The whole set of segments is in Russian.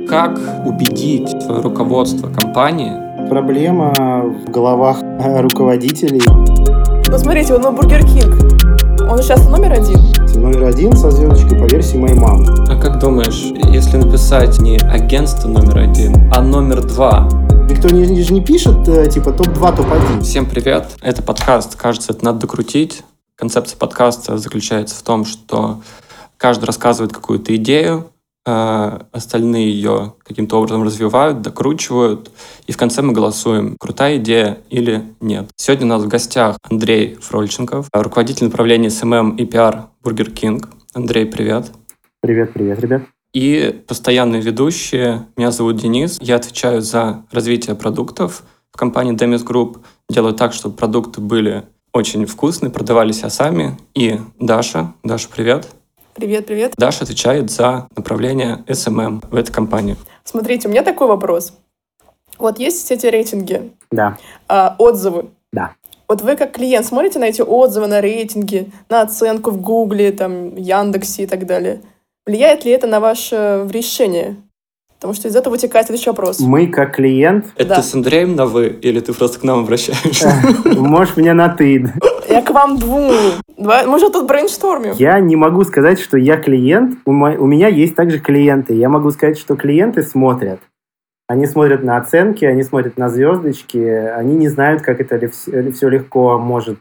Как убедить руководство компании? Проблема в головах руководителей. Ну, смотрите, вот Бургер Кинг, он сейчас номер один. Номер один со звездочкой по версии моей мамы. А как думаешь, если написать не агентство номер один, а номер два? Никто не пишет, типа, топ-2, топ-1. Всем привет, это подкаст «Кажется, это надо докрутить». Концепция подкаста заключается в том, что каждый рассказывает какую-то идею, остальные ее каким-то образом развивают, докручивают, и в конце мы голосуем, крутая идея или нет. Сегодня у нас в гостях Андрей Фрольченков, руководитель направления SMM и PR Burger King. Андрей, привет. Привет, ребят. И постоянные ведущие. Меня зовут Денис. Я отвечаю за развитие продуктов в компании Demis Group. Делаю так, чтобы продукты были очень вкусные, продавали себя сами. И Даша. Даша, привет. Привет. Даша отвечает за направление SMM в этой компании. Смотрите, у меня такой вопрос. Вот есть эти рейтинги, Да. Отзывы. Да. Вот вы как клиент смотрите на эти отзывы, на рейтинги, на оценку в Гугле, там, Яндексе и так далее. Влияет ли это на ваше решение? Потому что из этого вытекает следующий вопрос. Мы как клиент... Это Да. ты с Андреем на «вы» или ты просто к нам обращаешься? Можешь меня на «ты». Я к вам двум. Мы же тут брейнштормим. Я не могу сказать, что я клиент. У меня есть также клиенты. Я могу сказать, что клиенты смотрят. Они смотрят на оценки, они смотрят на звездочки. Они не знают, как это все легко может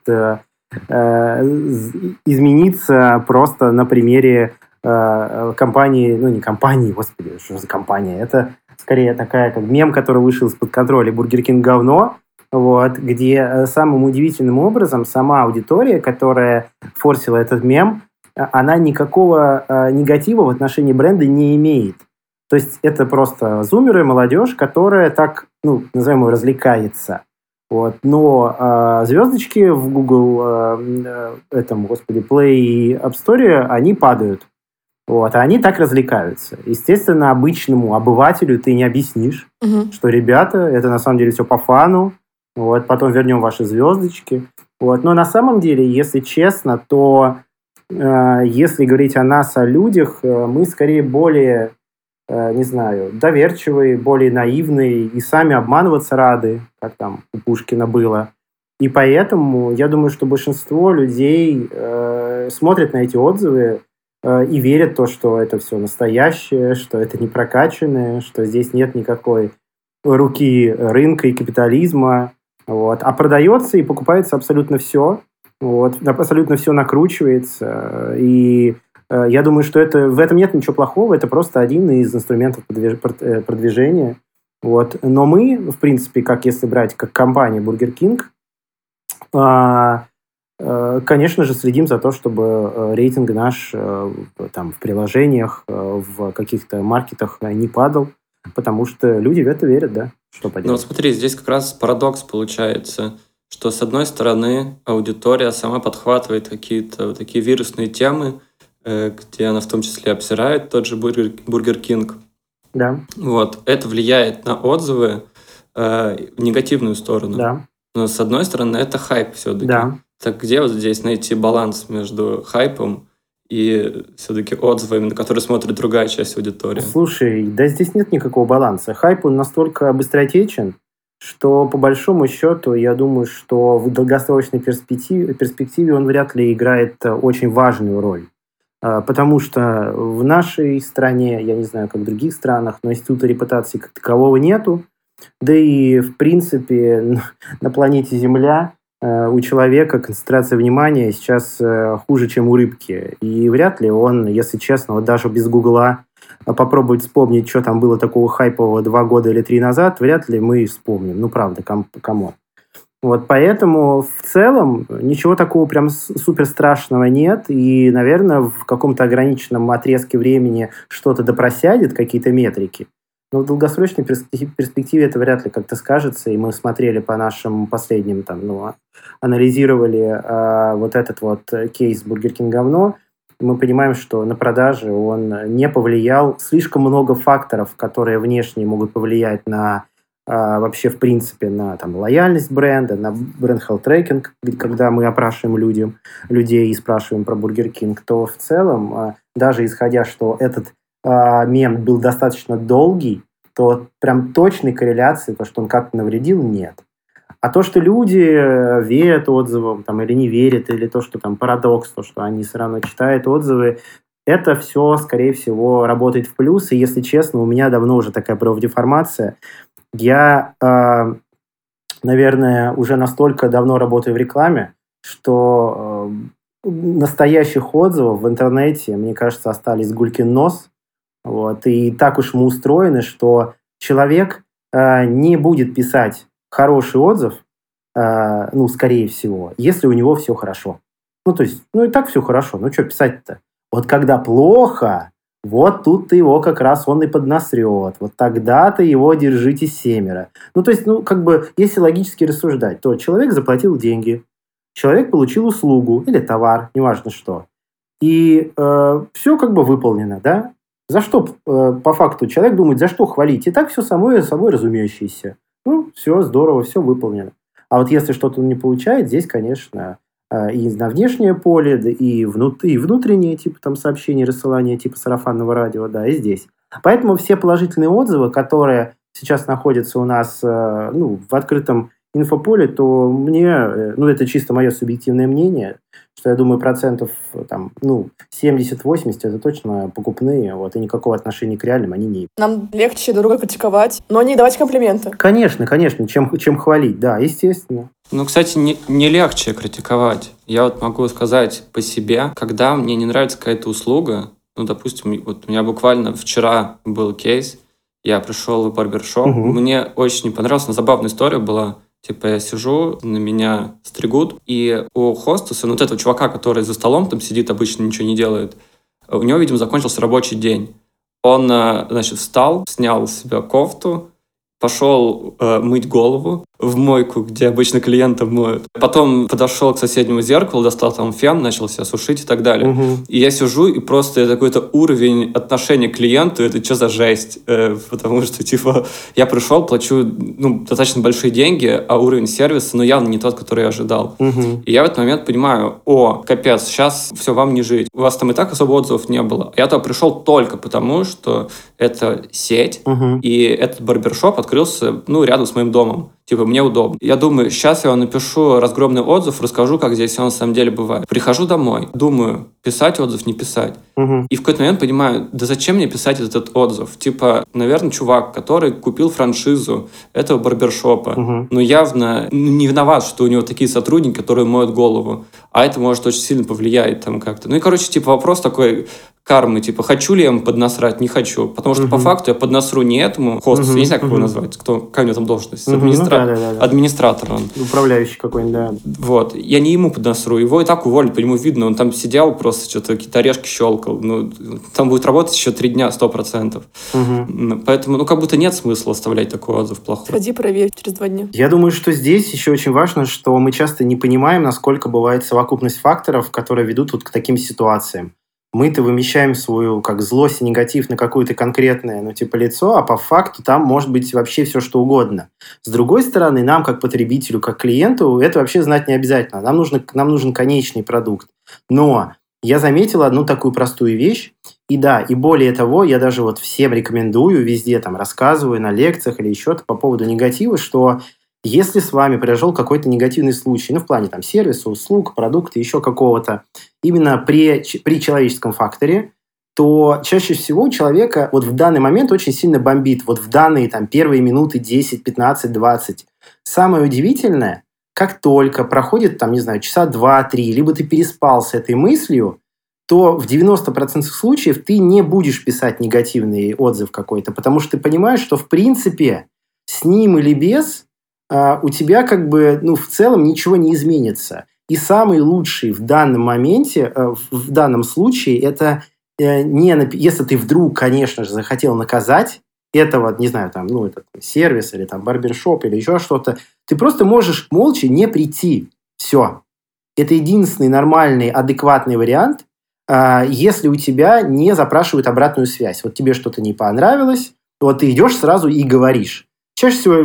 измениться просто на примере компании, не компании, господи, что за компания? Это скорее такая, как мем, который вышел из-под контроля. Бургер Кинг говно. Вот, где самым удивительным образом сама аудитория, которая форсила этот мем, она никакого негатива в отношении бренда не имеет. То есть это просто зумеры, молодежь, которая так, назовем ее, развлекается. Вот. Но звездочки в Google, Play и App Store, они падают. Вот, а они так развлекаются. Естественно, обычному обывателю ты не объяснишь, что, ребята, это на самом деле все по фану. Вот, потом вернем ваши звездочки. Вот. Но на самом деле, если честно, то если говорить о нас, о людях, мы скорее более, доверчивые, более наивные и сами обманываться рады, как там у Пушкина было. И поэтому я думаю, что большинство людей смотрят на эти отзывы и верят в то, что это все настоящее, что это не прокачанное, что здесь нет никакой руки рынка и капитализма. Вот. А продается и покупается абсолютно все. Вот. Абсолютно все накручивается. И я думаю, что в этом нет ничего плохого. Это просто один из инструментов продвижения. Вот. Но мы, в принципе, если брать как компания Burger King, конечно же, следим за то, чтобы рейтинг наш в приложениях, в каких-то маркетах не падал. Потому что люди в это верят, да. Что поделать? Ну, смотри, здесь как раз парадокс получается, что, с одной стороны, аудитория сама подхватывает какие-то вот такие вирусные темы, где она в том числе обсирает тот же Burger King. Да. Вот. Это влияет на отзывы в негативную сторону. Да. Но, с одной стороны, это хайп все-таки. Да. Так где вот здесь найти баланс между хайпом и все-таки отзывами, на которые смотрит другая часть аудитории? Слушай, да здесь нет никакого баланса. Хайп, он настолько быстротечен, что по большому счету, я думаю, что в долгосрочной перспективе он вряд ли играет очень важную роль. Потому что в нашей стране, я не знаю, как в других странах, но института репутации как такового нету. Да и, в принципе, на планете Земля у человека концентрация внимания сейчас хуже, чем у рыбки. И вряд ли он, если честно, вот даже без Гугла попробовать вспомнить, что там было такого хайпового 2 года или 3 назад, вряд ли мы вспомним. Правда, камон. Вот, поэтому в целом ничего такого прям супер страшного нет. И, наверное, в каком-то ограниченном отрезке времени что-то допросядет, какие-то метрики. Но в долгосрочной перспективе это вряд ли как-то скажется. И мы смотрели по нашим последним, анализировали вот этот вот кейс Burger King говно. Мы понимаем, что на продажи он не повлиял. Слишком много факторов, которые внешне могут повлиять на вообще, в принципе, на лояльность бренда, на бренд health tracking, когда мы опрашиваем людей и спрашиваем про Burger King, то в целом, даже исходя, что этот мем был достаточно долгий, то прям точной корреляции, то, что он как-то навредил, нет. А то, что люди верят отзывам там, или не верят, или то, что там парадокс, то, что они все равно читают отзывы, это все, скорее всего, работает в плюс. И, если честно, у меня давно уже такая профдеформация. Я, наверное, уже настолько давно работаю в рекламе, что настоящих отзывов в интернете, мне кажется, остались гулькин нос. Вот. И так уж мы устроены, что человек не будет писать хороший отзыв, скорее всего, если у него все хорошо. То есть, и так все хорошо, что писать-то? Вот когда плохо, вот тут-то его как раз он и поднасрет. Вот тогда-то его держите семеро. Если логически рассуждать, то человек заплатил деньги, человек получил услугу или товар, неважно что. И все выполнено, да? За что, по факту, человек думает, за что хвалить? И так все само собой разумеющееся. Все здорово, все выполнено. А вот если что-то он не получает, здесь, конечно, и на внешнее поле, да и внутреннее, типа там сообщения, рассылания, типа сарафанного радио, да, и здесь. Поэтому все положительные отзывы, которые сейчас находятся у нас в открытом инфополе, то мне, это чисто мое субъективное мнение, что я думаю, 70-80% это точно покупные, и никакого отношения к реальным они не имеют. Нам легче друг друга критиковать, но не давать комплименты. Конечно, чем хвалить, да, естественно. Кстати, не легче критиковать. Я могу сказать по себе, когда мне не нравится какая-то услуга, допустим, у меня буквально вчера был кейс, я пришел в барбершоп, мне очень не понравилось, но забавная история была. Я сижу, на меня стригут, и у хостеса, этого чувака, который за столом там сидит, обычно ничего не делает, у него, видимо, закончился рабочий день. Он, встал, снял с себя кофту, пошел мыть голову в мойку, где обычно клиентов моют. Потом подошел к соседнему зеркалу, достал там фен, начал себя сушить и так далее. И я сижу, и просто это какой-то уровень отношения к клиенту, это что за жесть? Потому что, я пришел, плачу достаточно большие деньги, а уровень сервиса, явно не тот, который я ожидал. И я в этот момент понимаю, капец, сейчас все, вам не жить. У вас там и так особо отзывов не было. Я туда пришел только потому, что это сеть, и этот барбершоп открылся, рядом с моим домом. Мне удобно. Я думаю, сейчас я вам напишу разгромный отзыв, расскажу, как здесь все на самом деле бывает. Прихожу домой, думаю, писать отзыв, не писать. И в какой-то момент понимаю, да зачем мне писать этот отзыв? Наверное, чувак, который купил франшизу этого барбершопа, явно не виноват, что у него такие сотрудники, которые моют голову. А это может очень сильно повлиять там как-то. Вопрос такой кармы, хочу ли я ему поднасрать, не хочу. Потому что по факту я поднасру не какому хостесу, я не знаю, как его назвать, какая у него там должность, администратор он. Управляющий какой-нибудь, да. Вот, я не ему поднасру, его и так уволят, по нему видно, он там сидел просто, что-то какие-то орешки щелкал, там будет работать еще 3 дня 100%. Поэтому, как будто нет смысла оставлять такой отзыв плохой. Сходи, проверь через 2 дня. Я думаю, что здесь еще очень важно, что мы часто не понимаем, насколько бывает совокупность факторов, которые ведут к таким ситуациям. Мы-то вымещаем свою злость и негатив на какое-то конкретное, лицо, а по факту там может быть вообще все, что угодно. С другой стороны, нам, как потребителю, как клиенту, это вообще знать не обязательно. Нам нужен конечный продукт. Но я заметил одну такую простую вещь, и более того, я даже всем рекомендую, везде рассказываю на лекциях или еще по поводу негатива, что если с вами произошел какой-то негативный случай, в плане сервиса, услуг, продукта, еще какого-то, именно при человеческом факторе, то чаще всего у человека в данный момент очень сильно бомбит, в данные первые минуты 10, 15, 20. Самое удивительное, как только проходит, часа 2-3, либо ты переспал с этой мыслью, то в 90% случаев ты не будешь писать негативный отзыв какой-то, потому что ты понимаешь, что в принципе с ним или без у тебя в целом ничего не изменится. И самый лучший в данном моменте, в данном случае, это если ты вдруг, конечно же, захотел наказать этого, этот сервис или барбершоп или еще что-то, ты просто можешь молча не прийти. Все. Это единственный нормальный, адекватный вариант, если у тебя не запрашивают обратную связь. Тебе что-то не понравилось, ты идешь сразу и говоришь. Чаще всего,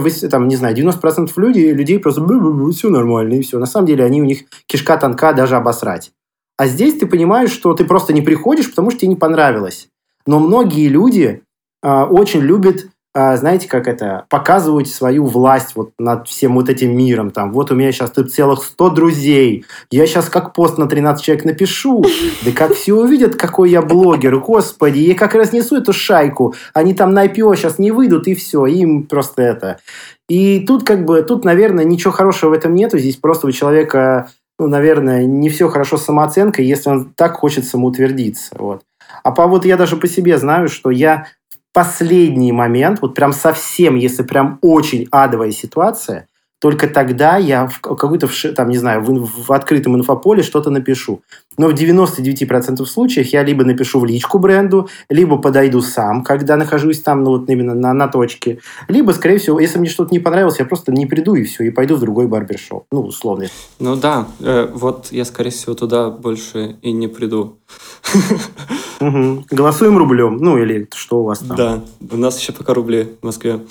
90% людей просто все нормально, и все. На самом деле, у них кишка тонка даже обосрать. А здесь ты понимаешь, что ты просто не приходишь, потому что тебе не понравилось. Но многие люди очень любят, знаете, как это, показывать свою власть вот над всем вот этим миром. Там, вот у меня сейчас тут целых 100 друзей. Я сейчас как пост на 13 человек напишу. Да как все увидят, какой я блогер. Господи, я как разнесу эту шайку. Они там на IPO сейчас не выйдут, и все. Им просто это. И тут, наверное, ничего хорошего в этом нету. Здесь просто у человека, наверное, не все хорошо с самооценкой, если он так хочет самоутвердиться. Вот. Вот я даже по себе знаю, что я в последний момент, вот прям совсем, если прям очень адовая ситуация, только тогда я в какой-то, там, не знаю, в открытом инфополе что-то напишу. Но в 99% случаев я либо напишу в личку бренду, либо подойду сам, когда нахожусь там, именно на точке, либо, скорее всего, если мне что-то не понравилось, я просто не приду и все, и пойду в другой барбершоп. Условно. Ну да, вот я, скорее всего, туда больше и не приду. Угу. Голосуем рублем. Или что у вас там? Да, у нас еще пока рубли в Москве.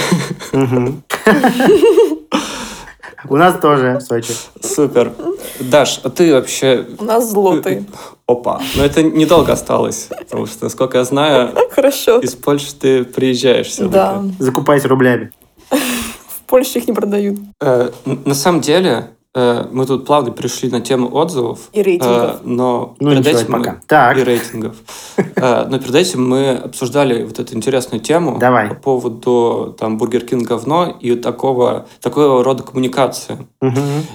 У нас тоже, в Сочи. Супер. Даш, а ты вообще... У нас злотый. Опа. Но это недолго осталось, потому что, насколько я знаю, Хорошо. из Польши ты приезжаешь все-таки. Да. Закупайся рублями. В Польше их не продают. На самом деле, мы тут плавно перешли на тему отзывов. И рейтингов. Но перед этим пока. Так. И рейтингов. Но перед этим мы обсуждали вот эту интересную тему. Давай. По поводу там Бургер Кинг говно и такого рода коммуникации. Угу.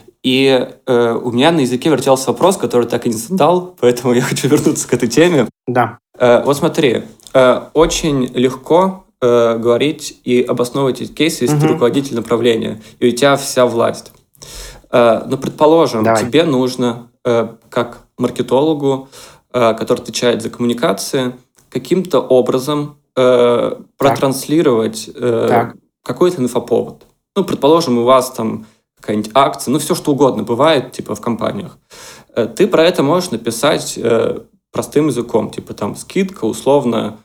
И у меня на языке вертелся вопрос, который так и не задал, поэтому я хочу вернуться к этой теме. Да. Вот смотри, очень легко говорить и обосновывать эти кейсы, если ты руководитель направления, и у тебя вся власть. Но, предположим, тебе нужно, как маркетологу, который отвечает за коммуникации, каким-то образом протранслировать какой-то инфоповод. Предположим, у вас там какая-нибудь акция, все что угодно бывает, в компаниях. Ты про это можешь написать простым языком, скидка условно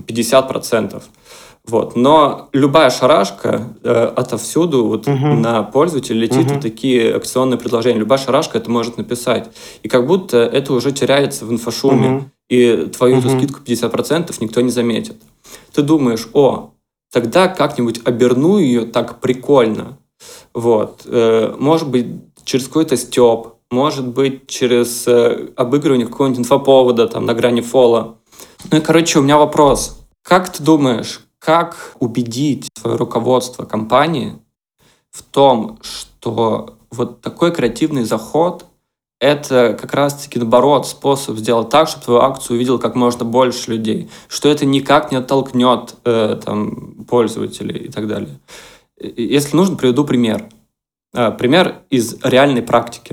50%. Вот. Но любая шарашка отовсюду на пользователя летит вот такие акционные предложения. Любая шарашка это может написать. И как будто это уже теряется в инфошуме. И твою эту скидку 50% никто не заметит. Ты думаешь, тогда как-нибудь оберну ее так прикольно. Вот. Может быть, через какой-то стёб, может быть, через обыгрывание какого-нибудь инфоповода на грани фола. У меня вопрос. Как ты думаешь, как убедить свое руководство компании в том, что вот такой креативный заход – это как раз-таки, наоборот, способ сделать так, чтобы твою акцию увидел как можно больше людей, что это никак не оттолкнет пользователей и так далее. Если нужно, приведу пример. Пример из реальной практики.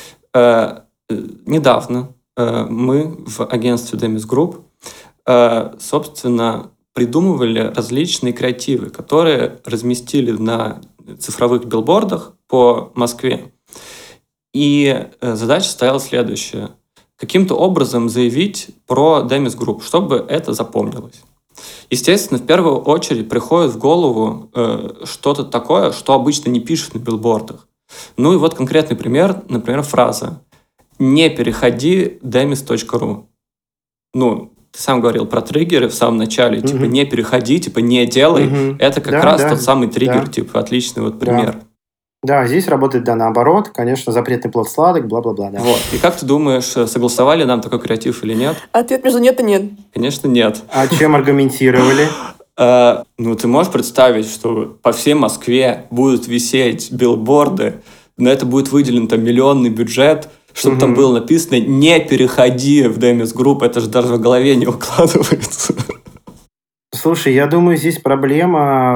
Недавно мы в агентстве Demis Group, собственно, придумывали различные креативы, которые разместили на цифровых билбордах по Москве. И задача стояла следующая. Каким-то образом заявить про Demis Group, чтобы это запомнилось. Естественно, в первую очередь приходит в голову что-то такое, что обычно не пишут на билбордах. И вот конкретный пример, например, фраза «Не переходи demis.ru». Ты сам говорил про триггеры в самом начале, не переходи, не делай. Это как раз тот самый триггер, отличный пример. Да, здесь работает, наоборот. Конечно, запретный плод сладок, бла-бла-бла. Да. Вот. И как ты думаешь, согласовали нам такой креатив или нет? Ответ между нет и нет. Конечно, нет. А чем аргументировали? Ты можешь представить, что по всей Москве будут висеть билборды, на это будет выделен миллионный бюджет, чтобы там было написано «Не переходи в Demis Group», это же даже в голове не укладывается. Слушай, я думаю, здесь проблема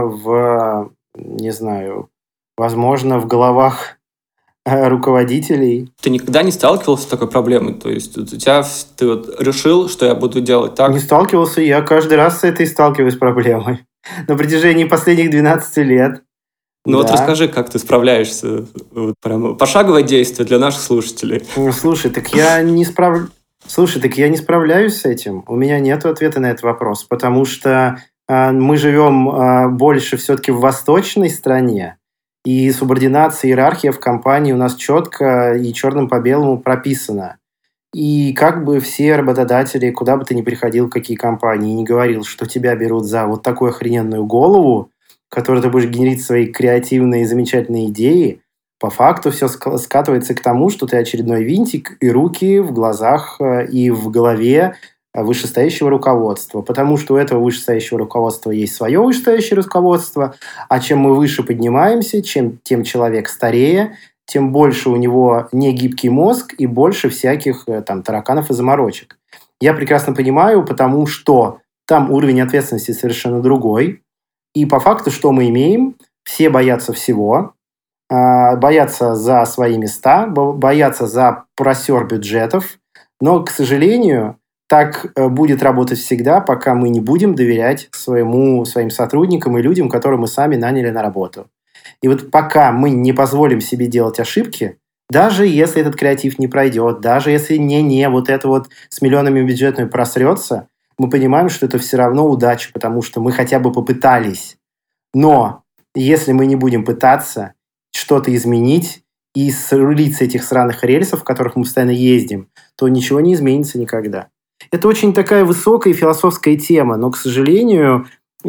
возможно, в головах руководителей. Ты никогда не сталкивался с такой проблемой? То есть ты решил, что я буду делать так? Не сталкивался, я каждый раз с этой сталкиваюсь проблемой. На протяжении последних 12 лет. Расскажи, как ты справляешься. Прямо пошаговое действие для наших слушателей. Слушай, так я не справляюсь с этим. У меня нет ответа на этот вопрос, потому что мы живем больше все-таки в восточной стране, и субординация, иерархия в компании у нас четко и черным по белому прописана. И как бы все работодатели, куда бы ты ни приходил, в какие компании, не говорил, что тебя берут за вот такую охрененную голову, которой ты будешь генерить свои креативные, замечательные идеи, по факту все скатывается к тому, что ты очередной винтик, и руки в глазах и в голове вышестоящего руководства. Потому что у этого вышестоящего руководства есть свое вышестоящее руководство, а чем мы выше поднимаемся, тем человек старее, тем больше у него негибкий мозг и больше всяких там тараканов и заморочек. Я прекрасно понимаю, потому что там уровень ответственности совершенно другой. И по факту, что мы имеем? Все боятся всего, боятся за свои места, боятся за просер бюджетов. Но, к сожалению, так будет работать всегда, пока мы не будем доверять своим сотрудникам и людям, которых мы сами наняли на работу. И вот пока мы не позволим себе делать ошибки, даже если этот креатив не пройдет, даже если вот это вот с миллионами бюджетами просрется, мы понимаем, что это все равно удача, потому что мы хотя бы попытались. Но если мы не будем пытаться что-то изменить и срулить с этих сраных рельсов, в которых мы постоянно ездим, то ничего не изменится никогда. Это очень такая высокая философская тема, но, к сожалению,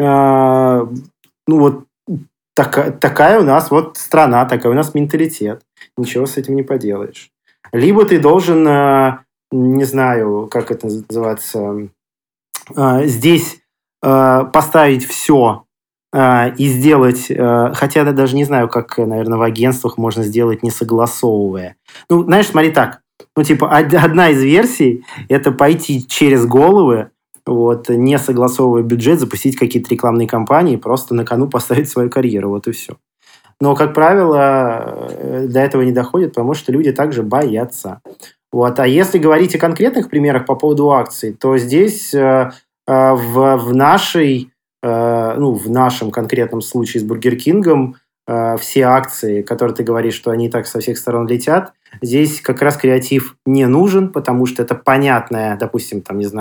такая у нас вот страна, такой у нас менталитет. Ничего с этим не поделаешь. Либо ты должен, не знаю, как это называется, здесь поставить все и сделать, хотя я даже не знаю, как, наверное, в агентствах можно сделать, не согласовывая. Ну, знаешь, смотри так. Одна из версий – это пойти через головы, не согласовывая бюджет, запустить какие-то рекламные кампании, просто на кону поставить свою карьеру, вот и все. Но, как правило, до этого не доходит, потому что люди также боятся. А если говорить о конкретных примерах по поводу акций, то здесь в нашем конкретном случае с Бургер Кингом все акции, которые ты говоришь, что они так со всех сторон летят, здесь как раз креатив не нужен, потому что это понятная, допустим,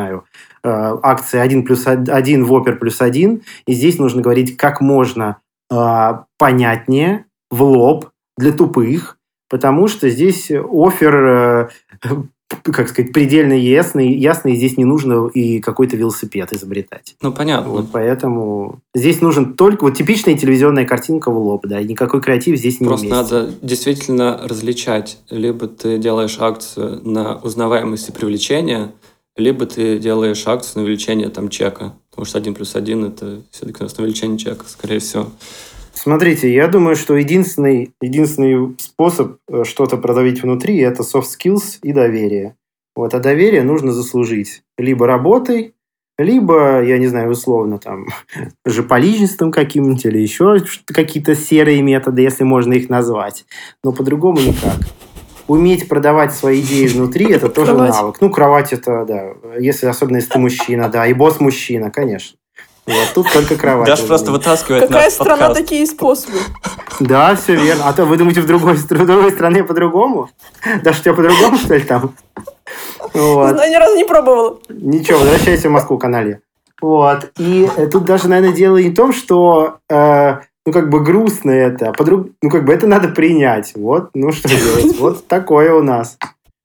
акция 1+1, Whopper +1, и здесь нужно говорить как можно понятнее, в лоб, для тупых, потому что здесь оффер, предельно ясный, и здесь не нужно и какой-то велосипед изобретать. Ну, понятно. Поэтому здесь нужен только типичная телевизионная картинка в лоб, да, и никакой креатив здесь не Просто вместе. надо действительно различать. Либо ты делаешь акцию на узнаваемость и привлечение, либо ты делаешь акцию на увеличение чека. Потому что 1+1 это все-таки у нас на увеличение чека, скорее всего. Смотрите, я думаю, что единственный способ что-то продавить внутри – это soft skills и доверие. А доверие нужно заслужить либо работой, либо, я не знаю, условно, жополичеством каким-нибудь или еще какие-то серые методы, если можно их назвать. Но по-другому никак. Уметь продавать свои идеи внутри – это тоже навык. Кровать – это, да, особенно если ты мужчина, да, и босс мужчина, конечно. Тут только кровать. Даша просто вытаскивает Какая наш страна подкаст. такие способы? Да, все верно. А то вы думаете, в другой стране по-другому? Даша, у тебя по-другому, что ли, там? Знаю, ни разу не пробовала. Ничего, возвращайся в Москву, канале. И тут даже, наверное, дело не в том, что грустно это. Это надо принять. Что делать? Вот такое у нас.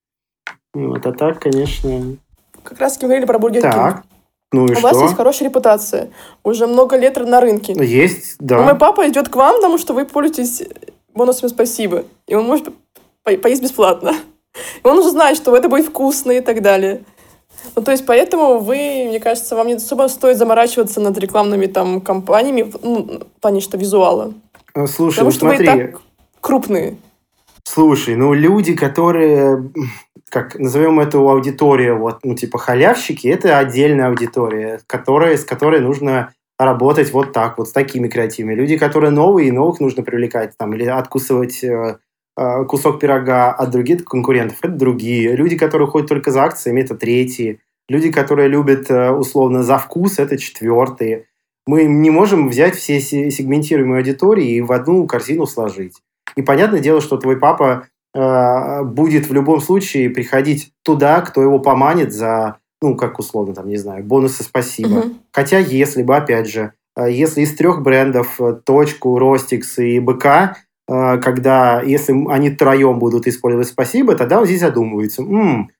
А так, конечно... Как раз говорили про Бургер Кинг. Так. Ну и У вас есть хорошая репутация. Уже много лет на рынке. Есть, да. Но мой папа идет к вам, потому что вы пользуетесь бонусами «Спасибо». И он может поесть бесплатно. И он уже знает, что это будет вкусно и так далее. Поэтому мне кажется, вам не особо стоит заморачиваться над рекламными кампаниями, в плане что визуала. Слушай, потому что смотри. вы и так крупные. Слушай, люди, которые, назовем эту аудиторию, халявщики, это отдельная аудитория, с которой нужно работать с такими креативами. Люди, которые новые, и новых нужно привлекать, или откусывать кусок пирога от других конкурентов, это другие. Люди, которые ходят только за акциями, это третьи. Люди, которые любят, условно, за вкус, это четвертые. Мы не можем взять все сегментируемые аудитории и в одну корзину сложить. И понятное дело, что твой папа будет в любом случае приходить туда, кто его поманит за, условно, бонусы «Спасибо». Хотя если бы, опять же, если из 3 брендов, Точку, Ростикс и БК, если они втроем будут использовать «Спасибо», тогда он здесь задумывается.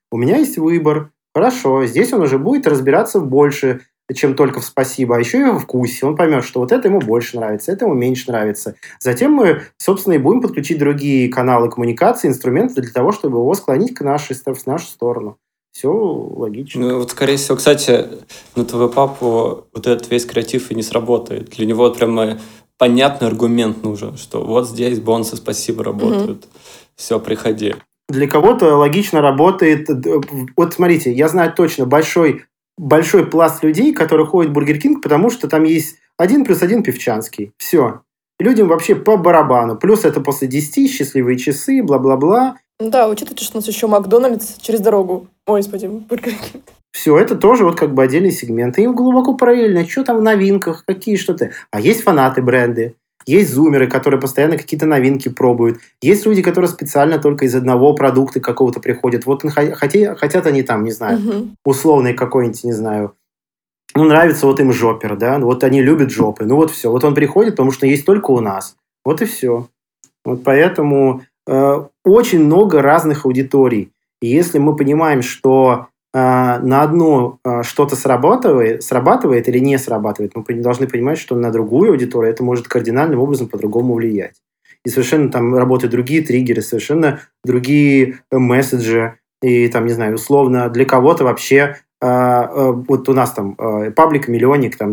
у меня есть выбор. Хорошо, здесь он уже будет разбираться больше, чем только в спасибо, а еще и во вкусе. Он поймет, что вот это ему больше нравится, это ему меньше нравится. Затем мы, собственно, и будем подключить другие каналы коммуникации, инструменты для того, чтобы его склонить в нашу сторону. Все логично. Ну, вот, скорее всего, кстати, на твоего папу вот этот весь креатив и не сработает. Для него вот прямо понятный аргумент нужен, что вот здесь бонусы спасибо работают. Все, приходи. Для кого-то логично работает... Вот смотрите, я знаю точно большой пласт людей, которые ходят в Бургер Кинг, потому что там есть 1+1 певчанский. Все. Людям вообще по барабану. Плюс это после 10, счастливые часы, бла-бла-бла. Ну да, учитывайте, что у нас еще Макдональдс через дорогу. Ой, господи, Бургер Кинг. Все, это тоже вот как бы отдельный сегмент. И им глубоко параллельно, что там в новинках, какие что-то. А есть фанаты бренды. Есть зумеры, которые постоянно какие-то новинки пробуют. Есть люди, которые специально только из одного продукта какого-то приходят. Вот хотят они там, не знаю, условный какой-нибудь, не знаю, ну, нравится вот им жоппер, да, вот они любят жопы. Ну, вот все. Вот он приходит, потому что есть только у нас. Вот и все. Вот поэтому очень много разных аудиторий. И если мы понимаем, что на одно что-то срабатывает или не срабатывает, мы должны понимать, что на другую аудиторию это может кардинальным образом по-другому влиять. И совершенно там работают другие триггеры, совершенно другие месседжи. И там, не знаю, условно, для кого-то вообще вот у нас там паблик-миллионник, там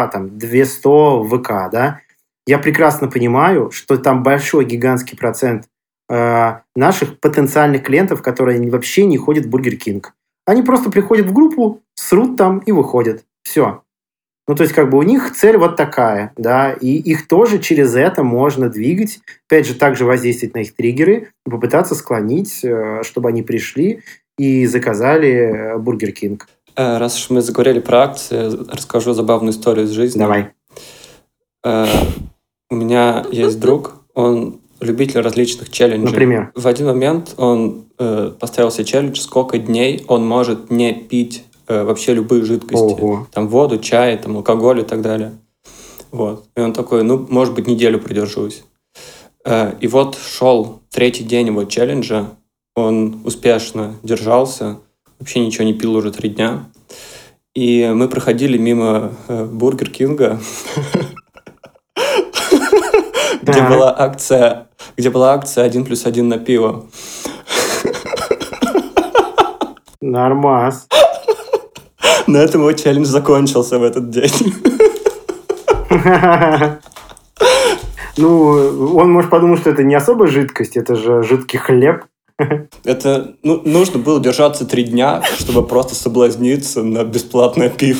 200 ВК, да. Я прекрасно понимаю, что там большой гигантский процент наших потенциальных клиентов, которые вообще не ходят в Бургер Кинг. Они просто приходят в группу, срут там и выходят. Все. Ну, то есть, как бы у них цель вот такая, да, и их тоже через это можно двигать, опять же, также воздействовать на их триггеры, и попытаться склонить, чтобы они пришли и заказали Бургер Кинг. Раз уж мы заговорили про акции, расскажу забавную историю из жизни. Давай. У меня есть друг, он любитель различных челленджей. Например? В один момент он поставил себе челлендж, сколько дней он может не пить вообще любые жидкости. Ого. Там воду, чай, там, алкоголь и так далее. Вот. И он такой, ну, может быть, неделю продержусь. И вот шел 3-й день его челленджа, он успешно держался, вообще ничего не пил уже 3 дня. И мы проходили мимо Бургер Кинга, где была акция 1+1 на пиво. Нормас. На этом его челлендж закончился в этот день. Ну, он может подумать, что это не особо жидкость, это же жидкий хлеб. Это нужно было держаться 3 дня, чтобы просто соблазниться на бесплатное пиво.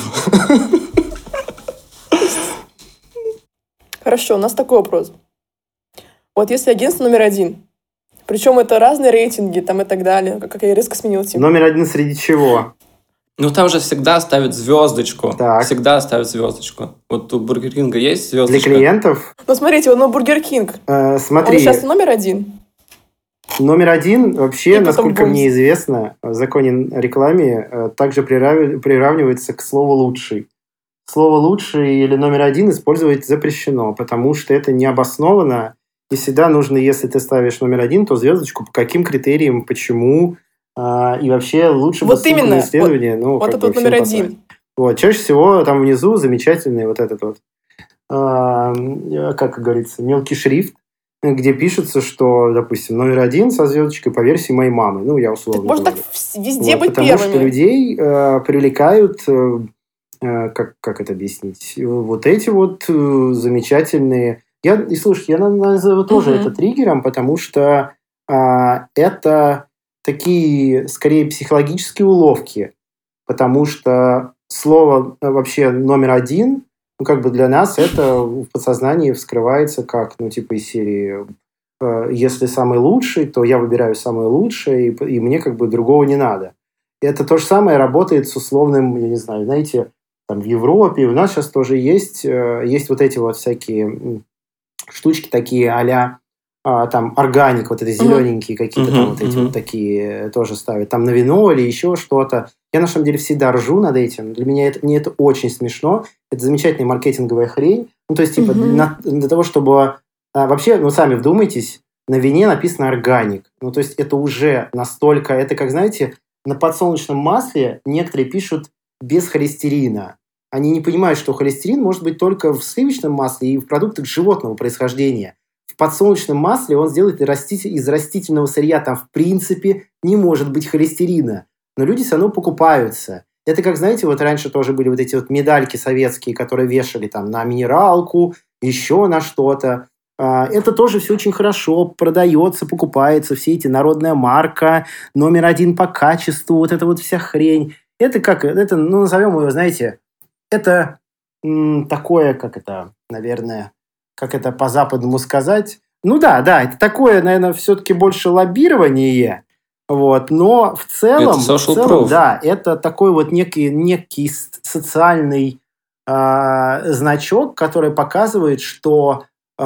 Хорошо, у нас такой вопрос. Вот если агентство номер 1, причем это разные рейтинги там и так далее, как я резко сменила тему. Номер 1 среди чего? Ну, там же всегда ставят звездочку. Так. Всегда ставят звездочку. Вот у Бургер Кинга есть звездочка? Для клиентов? Ну, смотрите, вот Бургер Кинг. Смотри. Он сейчас номер 1. Номер 1 вообще, насколько бонус. мне известно, в законе о рекламе также приравнивается к слову «лучший». Слово «лучший» или номер 1 использовать запрещено, потому что это необоснованно. И всегда нужно, если ты ставишь номер 1, то звездочку, по каким критериям, почему. И вообще лучше бы Вот именно. исследование. Вот это вот номер 1. Вот. Чаще всего там внизу замечательный вот этот вот, как говорится, мелкий шрифт, где пишется, что, допустим, номер 1 со звездочкой по версии моей мамы. Ну, я условно Можно так говорю. везде быть потому первыми. что людей привлекают, как это объяснить, вот эти вот замечательные... Слушай, я назову тоже это триггером, потому что это такие, скорее, психологические уловки, потому что слово вообще номер 1, ну, как бы для нас это в подсознании вскрывается как, ну, типа из серии «Если самый лучший, то я выбираю самое лучшее, и мне как бы другого не надо». И это то же самое работает с условным, я не знаю, знаете, там в Европе, у нас сейчас тоже есть вот эти вот всякие штучки такие а-ля там органик, вот это зелененькие какие-то там вот эти вот такие тоже ставят. Там на вино или еще что-то. Я на самом деле всегда ржу над этим. Для меня мне это очень смешно. Это замечательная маркетинговая хрень. Ну, то есть, типа, для того, чтобы... вообще, ну, сами вдумайтесь, на вине написано органик. Ну, то есть, это уже настолько... Это, как, знаете, на подсолнечном масле некоторые пишут без холестерина. Они не понимают, что холестерин может быть только в сливочном масле и в продуктах животного происхождения. В подсолнечном масле он сделает из растительного сырья. Там, в принципе, не может быть холестерина. Но люди все равно покупаются. Это как, знаете, вот раньше тоже были вот эти вот медальки советские, которые вешали там на минералку, еще на что-то. Это тоже все очень хорошо продается, покупается. Все эти народная марка, номер 1 по качеству, вот эта вот вся хрень. Это как, это, ну, назовем ее, знаете, это такое, как это, наверное, как это по-западному сказать. Ну да, это такое, наверное, все-таки больше лоббирование. Вот, но в целом, да, это такой вот некий социальный значок, который показывает, что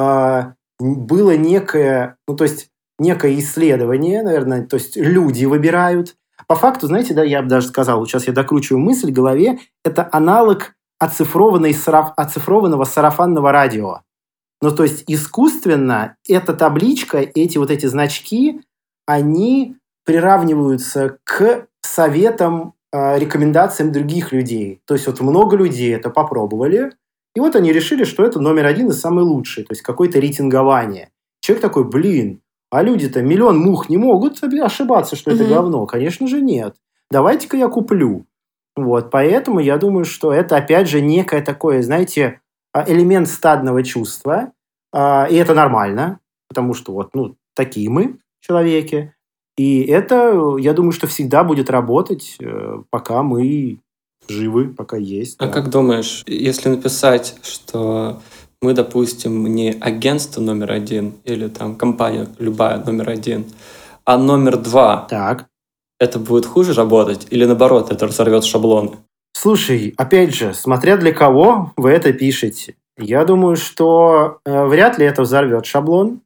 было некое, ну, то есть некое исследование, наверное, то есть люди выбирают. По факту, знаете, да, я бы даже сказал, вот сейчас я докручиваю мысль в голове, это аналог оцифрованного сарафанного радио. Ну, то есть искусственно эта табличка, эти значки, они приравниваются к советам, рекомендациям других людей. То есть вот много людей это попробовали, и вот они решили, что это номер 1 и самый лучший, то есть какое-то рейтингование. Человек такой, блин, а люди-то миллион мух не могут ошибаться, что это говно. Конечно же нет. Давайте-ка я куплю. Вот, поэтому я думаю, что это, опять же, некое такое, знаете, элемент стадного чувства, и это нормально, потому что вот, ну, такие мы, человеки. И это, я думаю, что всегда будет работать, пока мы живы, пока есть. А как думаешь, если написать, что мы, допустим, не агентство номер 1 или там компания любая номер 1, а номер 2, так, это будет хуже работать или наоборот, это разорвет шаблоны? Слушай, опять же, смотря для кого вы это пишете. Я думаю, что вряд ли это взорвет шаблон.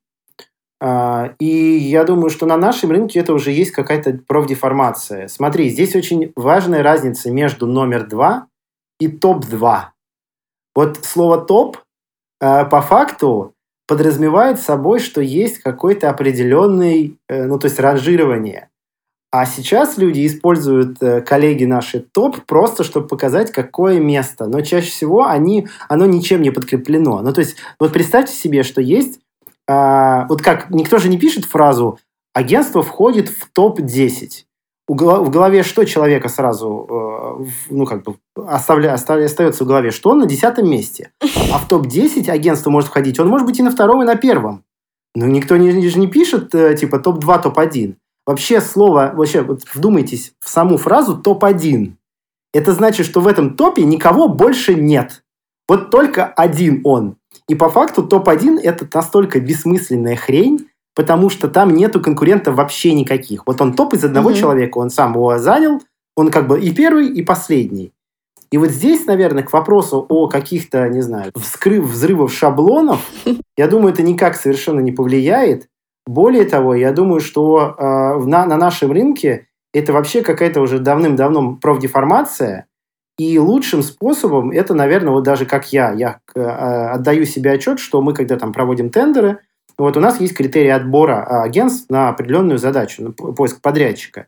И я думаю, что на нашем рынке это уже есть какая-то профдеформация. Смотри, здесь очень важная разница между номер 2 и топ-2. Вот слово «топ» по факту подразумевает собой, что есть какой-то определенный, ну, то есть ранжирование. А сейчас люди используют, коллеги наши, топ просто, чтобы показать, какое место. Но чаще всего оно ничем не подкреплено. Ну, то есть, вот представьте себе, что есть... вот как, никто же не пишет фразу «агентство входит в топ-10». В голове что человека сразу, ну, как бы, остается в голове? Что он на 10-м месте. А в топ-10 агентство может входить, он может быть и на 2-м, и на 1-м. Но никто не пишет, типа, топ-2, топ-1. Вообще вот вдумайтесь в саму фразу «топ-1». Это значит, что в этом топе никого больше нет. Вот только один он. И по факту топ-1 – это настолько бессмысленная хрень, потому что там нету конкурентов вообще никаких. Вот он топ из одного человека, он сам его занял, он как бы и первый, и последний. И вот здесь, наверное, к вопросу о каких-то, не знаю, взрывов шаблонов, я думаю, это никак совершенно не повлияет. Более того, я думаю, что на нашем рынке это вообще какая-то уже давным-давно профдеформация, и лучшим способом это, наверное, вот даже как я отдаю себе отчет, что мы, когда там проводим тендеры, вот у нас есть критерии отбора агентств на определенную задачу, на поиск подрядчика.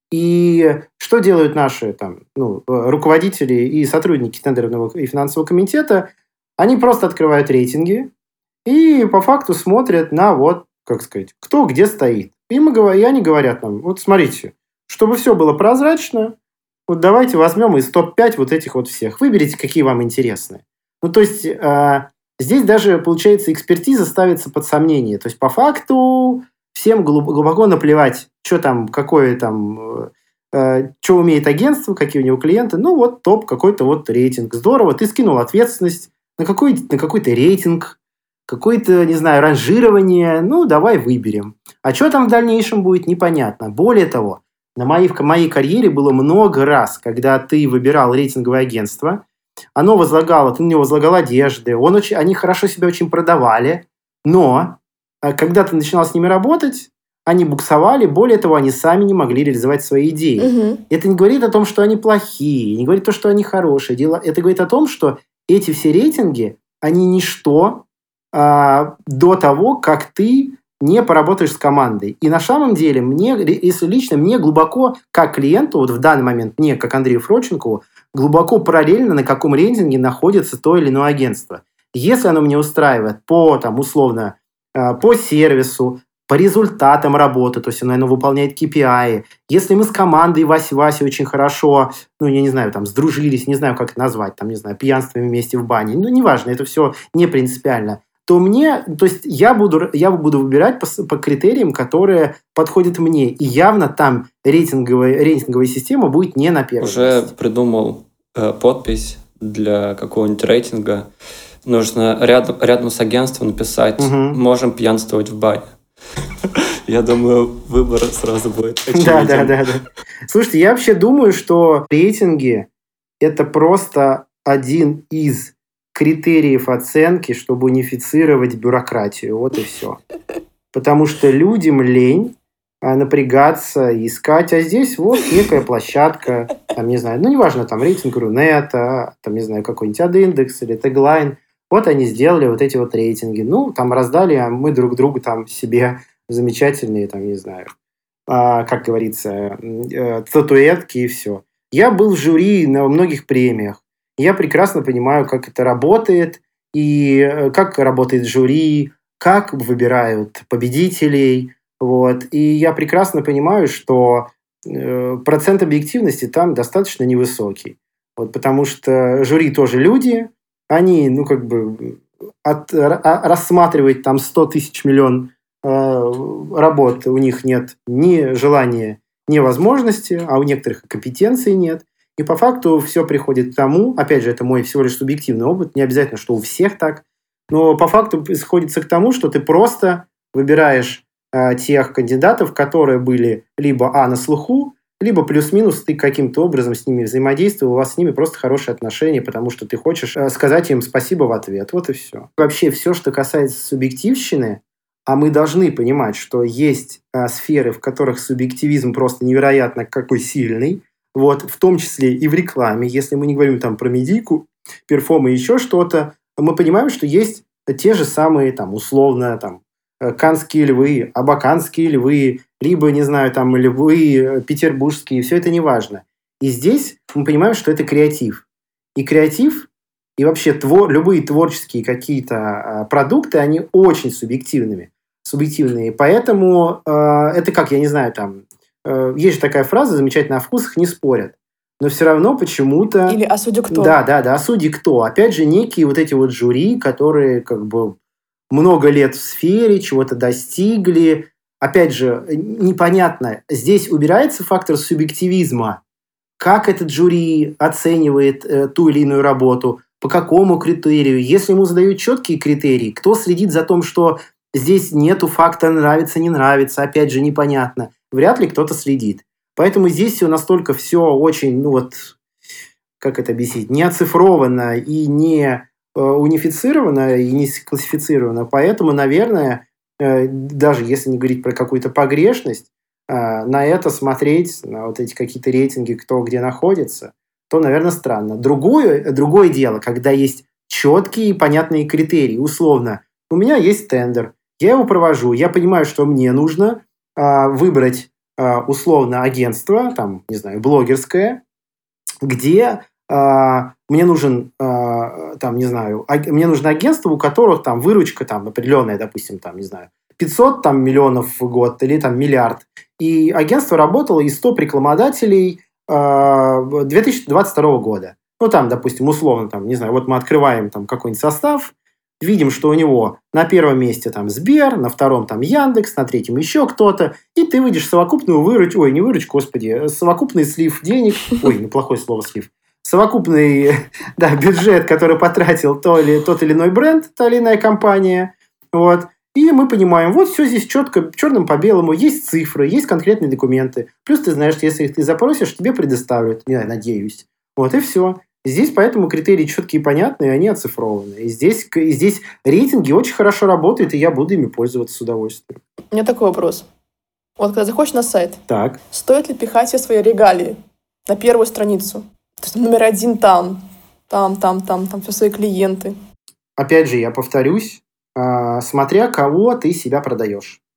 И что делают наши там, руководители и сотрудники тендерного и финансового комитета? Они просто открывают рейтинги и по факту смотрят на вот, как сказать, кто где стоит. И они говорят нам, вот смотрите, чтобы все было прозрачно, вот давайте возьмем из топ-5 вот этих вот всех. Выберите, какие вам интересны. Ну, то есть, здесь даже, получается, экспертиза ставится под сомнение. То есть, по факту, всем глубоко наплевать, что там, какое там, что умеет агентство, какие у него клиенты. Ну, вот топ, какой-то вот рейтинг. Здорово, ты скинул ответственность на какой-то рейтинг, какое-то, не знаю, ранжирование. Ну, давай выберем. А что там в дальнейшем будет, непонятно. Более того, на моей карьере было много раз, когда ты выбирал рейтинговое агентство, ты на него возлагал одежды, они хорошо себя очень продавали, но когда ты начинал с ними работать, они буксовали, более того, они сами не могли реализовать свои идеи. Это не говорит о том, что они плохие, не говорит о том, что они хорошие. Это говорит о том, что эти все рейтинги, они ничто до того, как ты не поработаешь с командой. И на самом деле, если лично, мне глубоко, как клиенту, вот в данный момент, мне, как Андрею Фроченкову, глубоко параллельно, на каком рейтинге находится то или иное агентство. Если оно меня устраивает по, там, условно, по сервису, по результатам работы, то есть оно выполняет KPI. Если мы с командой Васи очень хорошо, ну, я не знаю, там, сдружились, не знаю, как это назвать, там, не знаю, пьянствуем вместе в бане, ну, неважно, это все не принципиально, то есть я буду выбирать по критериям, которые подходят мне. И явно там рейтинговая система будет не на первом месте. Уже придумал подпись для какого-нибудь рейтинга. Нужно рядом с агентством написать «Можем пьянствовать в бане». Я думаю, выбор сразу будет очевиден. Да. Слушайте, я вообще думаю, что рейтинги – это просто один из критериев оценки, чтобы унифицировать бюрократию. Вот и все. Потому что людям лень напрягаться, искать. А здесь вот некая площадка, там, не знаю, ну, неважно, там, рейтинг Рунета, там, не знаю, какой-нибудь Адиндекс или Теглайн. Вот они сделали вот эти вот рейтинги. Ну, там раздали, а мы друг другу там себе замечательные, там, не знаю, как говорится, статуэтки и все. Я был в жюри на многих премиях. Я прекрасно понимаю, как это работает, и как работает жюри, как выбирают победителей. Вот. И я прекрасно понимаю, что процент объективности там достаточно невысокий. Вот, потому что жюри тоже люди, они, ну, как бы рассматривать там 100 тысяч миллион работ у них нет ни желания, ни возможности, а у некоторых компетенции нет. И по факту все приходит к тому, опять же, это мой всего лишь субъективный опыт, не обязательно, что у всех так, но по факту сходится к тому, что ты просто выбираешь тех кандидатов, которые были либо на слуху, либо плюс-минус ты каким-то образом с ними взаимодействовал, у вас с ними просто хорошие отношения, потому что ты хочешь сказать им спасибо в ответ. Вот и все. Вообще все, что касается субъективщины, а мы должны понимать, что есть сферы, в которых субъективизм просто невероятно какой сильный, вот, в том числе и в рекламе. Если мы не говорим там про медийку, перформ и еще что-то, мы понимаем, что есть те же самые, там, условно, там, канские львы, абаканские львы, либо, не знаю, там, львы петербургские, все это не важно. И здесь мы понимаем, что это креатив. И креатив, и вообще любые творческие какие-то продукты, они очень субъективные. Поэтому это как, я не знаю, там, есть же такая фраза замечательная: о вкусах не спорят. Но все равно почему-то... Или «а судьи кто?» Да, а судьи кто? Опять же, некие вот эти вот жюри, которые как бы много лет в сфере, чего-то достигли. Опять же, непонятно, здесь убирается фактор субъективизма. Как этот жюри оценивает ту или иную работу, по какому критерию. Если ему задают четкие критерии, кто следит за тем, что здесь нету факта нравится, не нравится, опять же, непонятно. Вряд ли кто-то следит. Поэтому здесь все настолько все очень, ну вот, как это объяснить, не оцифровано и не унифицировано, и не классифицировано. Поэтому, наверное, даже если не говорить про какую-то погрешность, на это смотреть, на вот эти какие-то рейтинги, кто где находится, то, наверное, странно. Другое дело, когда есть четкие и понятные критерии. Условно, у меня есть тендер, я его провожу, я понимаю, что мне нужно выбрать условно агентство, там, не знаю, блогерское, где мне нужен, там, не знаю, мне нужно агентство, у которых там выручка там определенная, допустим, там, не знаю, 500 там, миллионов в год или там миллиард. И агентство работало из 100 рекламодателей 2022 года. Ну, там, допустим, условно, там, не знаю, вот мы открываем там какой-нибудь состав, видим, что у него на первом месте там Сбер, на втором там Яндекс, на третьем еще кто-то, и ты видишь совокупную выручку, совокупный слив денег, неплохое слово слив, совокупный бюджет, который потратил тот или иной бренд, та или иная компания, вот. И мы понимаем, вот все здесь четко, черным по белому, есть цифры, есть конкретные документы. Плюс ты знаешь, если их ты запросишь, тебе предоставят, надеюсь. Вот и все. Здесь поэтому критерии четкие и понятные, они оцифрованы. И здесь рейтинги очень хорошо работают, и я буду ими пользоваться с удовольствием. У меня такой вопрос. Вот когда заходишь на сайт, так. Стоит ли пихать все свои регалии на первую страницу? То есть номер 1 там все свои клиенты. Опять же, я повторюсь, смотря кого ты себя продаешь.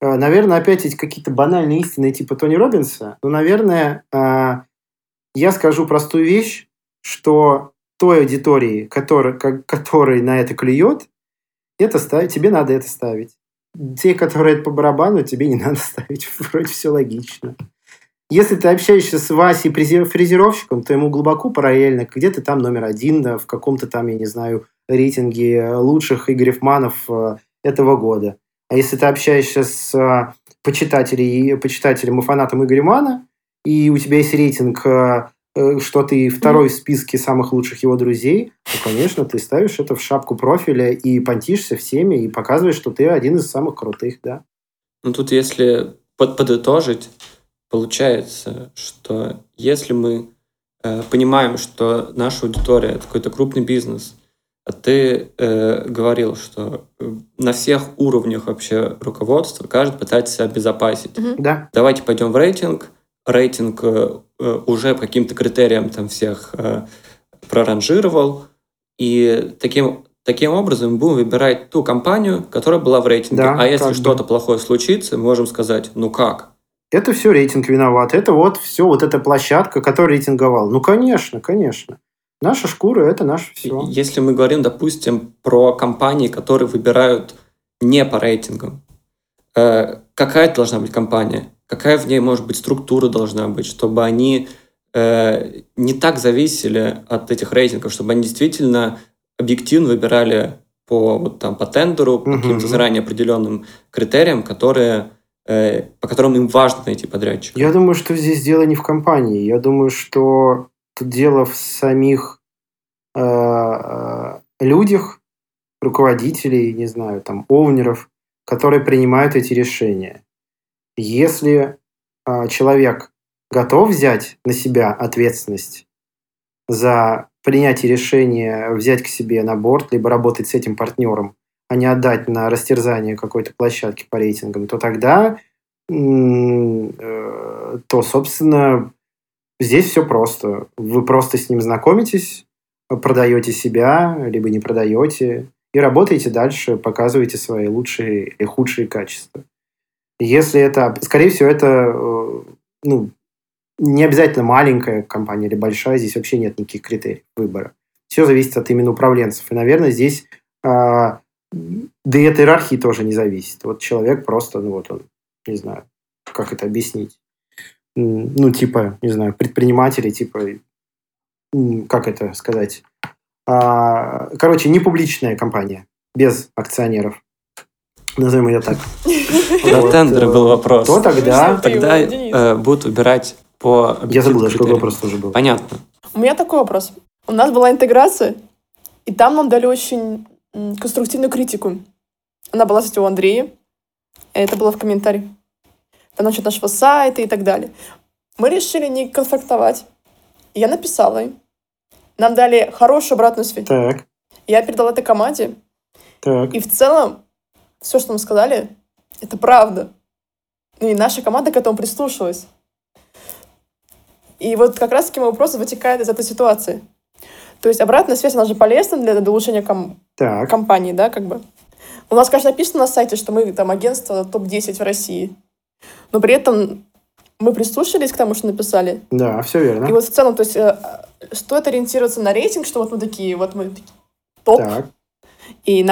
наверное, опять эти какие-то банальные истины типа Тони Роббинса, но, наверное, я скажу простую вещь, что той аудитории, которой на это клюет, тебе надо это ставить. Те, которые это по барабану, тебе не надо ставить. Вроде все логично. Если ты общаешься с Васей фрезеровщиком, то ему глубоко параллельно, где ты там номер 1, да, в каком-то там, я не знаю, рейтинге лучших игорефманов этого года. А если ты общаешься с почитателем и фанатом Игоря, и у тебя есть рейтинг, что ты второй в списке самых лучших его друзей, то, конечно, ты ставишь это в шапку профиля и понтишься всеми, и показываешь, что ты один из самых крутых, да. Ну, тут если подытожить, получается, что если мы понимаем, что наша аудитория – это какой-то крупный бизнес, а ты говорил, что на всех уровнях вообще руководства каждый пытается себя обезопасить. Да. Давайте пойдем в рейтинг. Рейтинг уже по каким-то критериям там всех проранжировал. И таким образом мы будем выбирать ту компанию, которая была в рейтинге. Да, а если что-то плохое случится, мы можем сказать, ну как? Это все рейтинг виноват. Это вот все, вот эта площадка, которая рейтинговала. Ну, конечно, конечно. Наша шкура – это наше все. Если мы говорим, допустим, про компании, которые выбирают не по рейтингам, какая должна быть компания? Какая в ней, может быть, структура должна быть, чтобы они не так зависели от этих рейтингов, чтобы они действительно объективно выбирали по тендеру, по каким-то заранее определенным критериям, по которым им важно найти подрядчика? Я думаю, что здесь дело не в компании. Я думаю, что тут дело в самих людях, руководителей, не знаю, там, овнеров, которые принимают эти решения. Если человек готов взять на себя ответственность за принятие решения, взять к себе на борт, либо работать с этим партнером, а не отдать на растерзание какой-то площадки по рейтингам, то тогда, собственно, здесь все просто. Вы просто с ним знакомитесь, продаете себя, либо не продаете, и работаете дальше, показываете свои лучшие или худшие качества. Если это, скорее всего, это не обязательно маленькая компания или большая, здесь вообще нет никаких критериев выбора. Все зависит от именно управленцев. И, наверное, здесь да и от иерархии тоже не зависит. Вот человек просто, он, не знаю, как это объяснить. Не знаю, предприниматели, как это сказать? Короче, не публичная компания, без акционеров. Назовем ее так. До тендера был вопрос. То тогда будут выбирать по... Я забыл, что вопрос тоже был. Понятно. У меня такой вопрос. У нас была интеграция, и там нам дали очень конструктивную критику. Она была, кстати, у Андрея. Это было в комментариях. Там насчет нашего сайта и так далее. Мы решили не конфликтовать. Я написала им. Нам дали хорошую обратную связь. Так. Я передала этой команде. Так. И в целом все, что нам сказали, это правда. И наша команда к этому прислушалась. И вот как раз-таки мой вопрос вытекает из этой ситуации. То есть обратная связь, она же полезна для улучшения компании, да, как бы. У нас, конечно, написано на сайте, что мы там агентство топ-10 в России. Но при этом мы прислушались к тому, что написали. Да, все верно. И вот в целом, то есть стоит ориентироваться на рейтинг, что вот мы такие топ. Так. И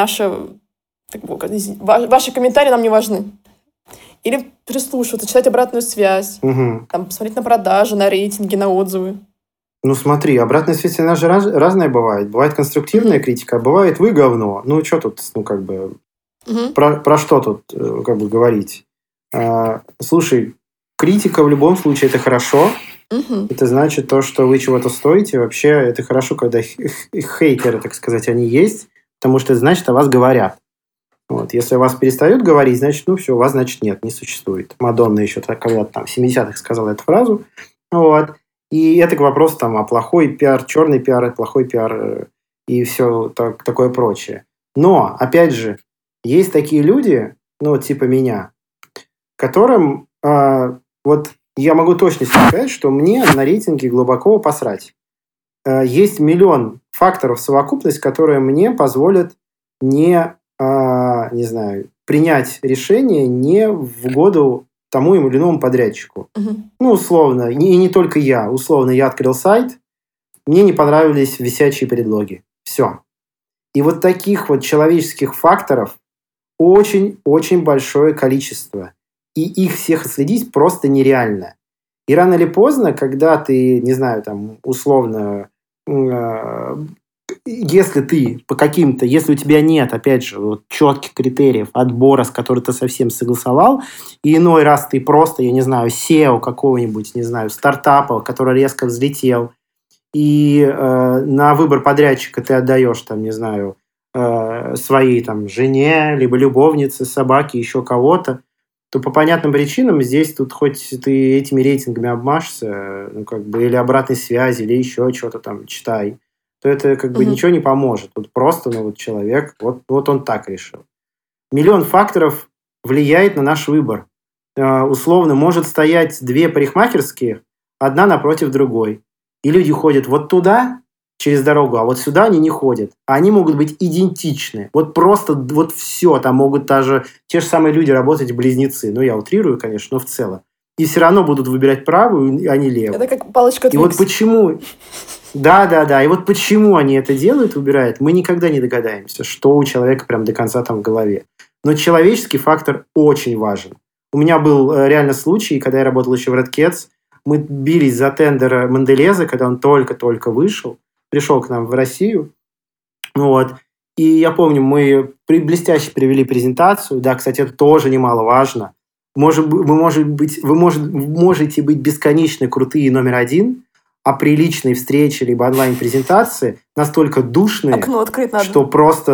ваши комментарии нам не важны. Или прислушиваться, читать обратную связь, там, посмотреть на продажи, на рейтинги, на отзывы. Ну смотри, обратная связь, она же разная бывает. Бывает конструктивная критика, а бывает вы говно. Ну что тут, про что тут говорить? Слушай, критика в любом случае это хорошо. Это значит то, что вы чего-то стоите. Вообще это хорошо, когда хейтеры, так сказать, они есть, потому что это значит, о вас говорят. Вот. Если о вас перестают говорить, значит, все, вас, значит, нет, не существует. Мадонна еще когда-то там в 70-х сказала эту фразу. Вот. И это к вопросу о плохой пиар, черный пиар, плохой пиар и все такое прочее. Но, опять же, есть такие люди, типа меня, которым я могу точно сказать, что мне на рейтинге глубоко посрать. Есть миллион факторов в совокупности, которые мне позволят не знаю, принять решение не в угоду тому или иному подрядчику. Ну, условно, и не только я. Условно, я открыл сайт, мне не понравились висячие предлоги. Все. И вот таких вот человеческих факторов очень-очень большое количество. И их всех отследить просто нереально. И рано или поздно, когда ты, не знаю, там, условно, если ты по каким-то, если у тебя нет, опять же, вот, четких критериев отбора, с которым ты совсем согласовал, и иной раз ты просто, я не знаю, SEO какого-нибудь, не знаю, стартапа, который резко взлетел, и на выбор подрядчика ты отдаешь, там, не знаю, своей там жене, либо любовнице, собаке, еще кого-то, то по понятным причинам здесь тут хоть ты этими рейтингами обмажься, ну, как бы, или обратной связи, или еще что-то там читай, то это как бы ничего не поможет. Тут просто, ну, вот человек, вот он так решил. Миллион факторов влияет на наш выбор. Условно, может стоять две парикмахерские, одна напротив другой. И люди ходят вот туда, через дорогу, а вот сюда они не ходят. А они могут быть идентичны. Вот просто вот все. Там могут даже те же самые люди работать близнецы. Ну, я утрирую, конечно, но в целом. И все равно будут выбирать правую, а не левую. Это как палочка Twix. И вот почему... Да. И вот почему они это делают, выбирают, мы никогда не догадаемся, что у человека прям до конца там в голове. Но человеческий фактор очень важен. У меня был реально случай, когда я работал еще в Red Cats, мы бились за тендер Монделеза, когда он только-только вышел, пришел к нам в Россию. Вот. И я помню, мы блестяще привели презентацию. Да, кстати, это тоже немаловажно. Вы можете быть бесконечно крутые номер один, а при личной встрече либо онлайн-презентации настолько душные, окно открыть надо, что просто,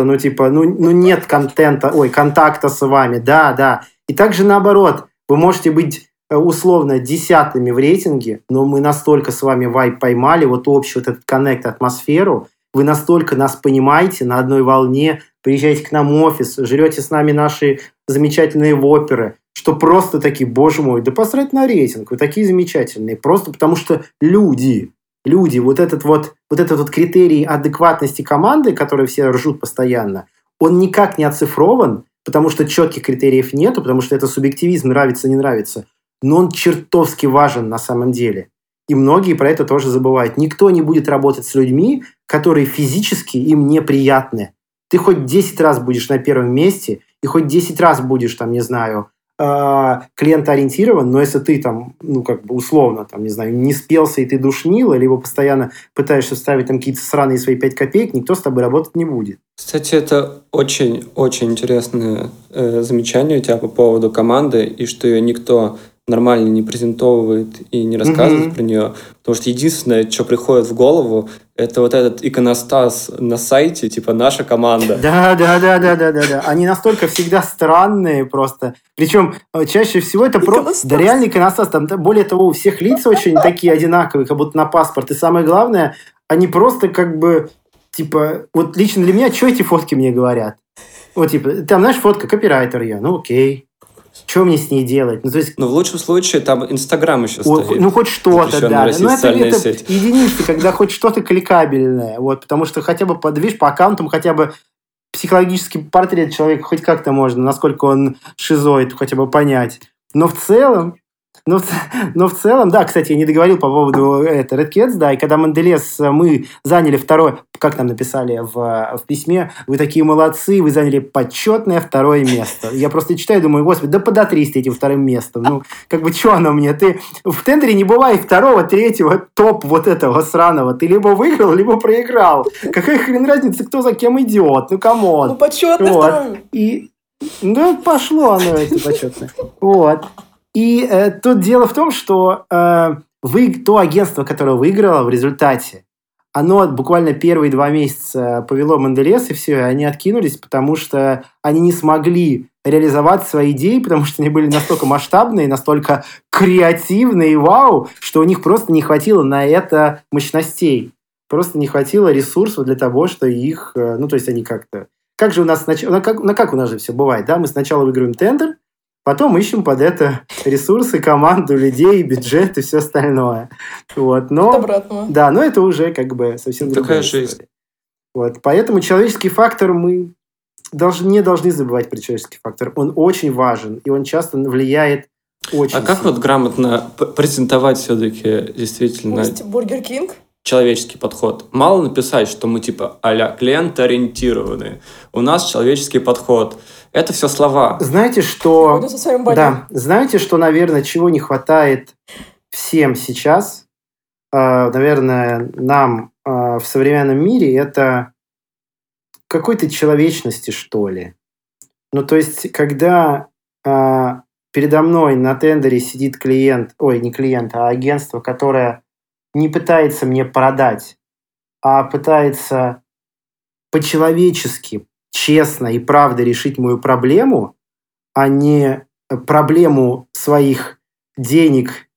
нет контакта с вами. Да. И также наоборот, вы можете быть условно десятыми в рейтинге, но мы настолько с вами вайб поймали, вот общий вот этот коннект, атмосферу, вы настолько нас понимаете, на одной волне, приезжаете к нам в офис, жрете с нами наши замечательные воперы, что просто такие, боже мой, да посрать на рейтинг, вы такие замечательные. Просто потому что люди, вот этот критерий адекватности команды, который все ржут постоянно, он никак не оцифрован, потому что четких критериев нету, потому что это субъективизм, нравится, не нравится. Но он чертовски важен на самом деле. И многие про это тоже забывают. Никто не будет работать с людьми, которые физически им неприятны. Ты хоть 10 раз будешь на первом месте, и хоть 10 раз будешь, там, не знаю, клиентоориентирован, но если ты там, условно, там, не знаю, не спелся и ты душнила, либо постоянно пытаешься вставить там какие-то сраные свои 5 копеек, никто с тобой работать не будет. Кстати, это очень-очень интересное замечание у тебя по поводу команды, и что ее никто нормально не презентовывает и не рассказывает про нее. Потому что единственное, что приходит в голову, это вот этот иконостас на сайте, типа наша команда. Да. Они настолько всегда странные просто. Причем чаще всего это просто... Да реальный иконостас. Там, более того, у всех лица очень такие одинаковые, как будто на паспорт. И самое главное, они просто как бы... Типа, вот лично для меня, что эти фотки мне говорят? Вот, типа, там, знаешь, фотка, копирайтер я. Ну, окей. Что мне с ней делать? То есть... в лучшем случае там Инстаграм еще стоит. Хоть что-то, да. Но это единицы, когда хоть что-то кликабельное. Вот, потому что хотя бы, видишь, по аккаунтам хотя бы психологический портрет человека хоть как-то можно, насколько он шизоид, хотя бы понять. Но в целом, да, кстати, я не договорил по поводу Red Cats, да, и когда Монделез мы заняли второе, как нам написали в письме, вы такие молодцы, вы заняли почетное второе место. Я просто читаю и думаю, господи, да подотрись ты этим вторым местом. Что оно мне? Ты в тендере не бывает второго, третьего, топ вот этого сраного. Ты либо выиграл, либо проиграл. Какая хрен разница, кто за кем идет? Камон. Почетное второе. Пошло оно, это почетное. Вот. И тут дело в том, что то агентство, которое выиграло в результате, оно буквально первые 2 месяца повело Монделез, и все, и они откинулись, потому что они не смогли реализовать свои идеи, потому что они были настолько масштабные, настолько креативные, вау, что у них просто не хватило на это мощностей. Просто не хватило ресурсов для того, что их... то есть они как-то... Как же у нас... как у нас же все бывает, да? Мы сначала выиграем тендер, потом ищем под это ресурсы, команду, людей, бюджет и все остальное. Вот. Но, от обратного. Да, но это уже как бы совсем другая история. Вот. Поэтому человеческий фактор мы не должны забывать про человеческий фактор. Он очень важен, и он часто влияет очень как сильно. вот грамотно презентовать все-таки действительно Бургер Кинг? человеческий подход? Мало написать, что мы типа а-ля клиент-ориентированы. У нас человеческий подход. Это все слова. Знаете, что... Со своим бодем. Да, знаете, что, наверное, чего не хватает всем сейчас, наверное, нам в современном мире, это какой-то человечности, что ли. Ну, то есть, когда передо мной на тендере сидит клиент, не клиент, а агентство, которое не пытается мне продать, а пытается по-человечески, честно и правда решить мою проблему, а не проблему своих денег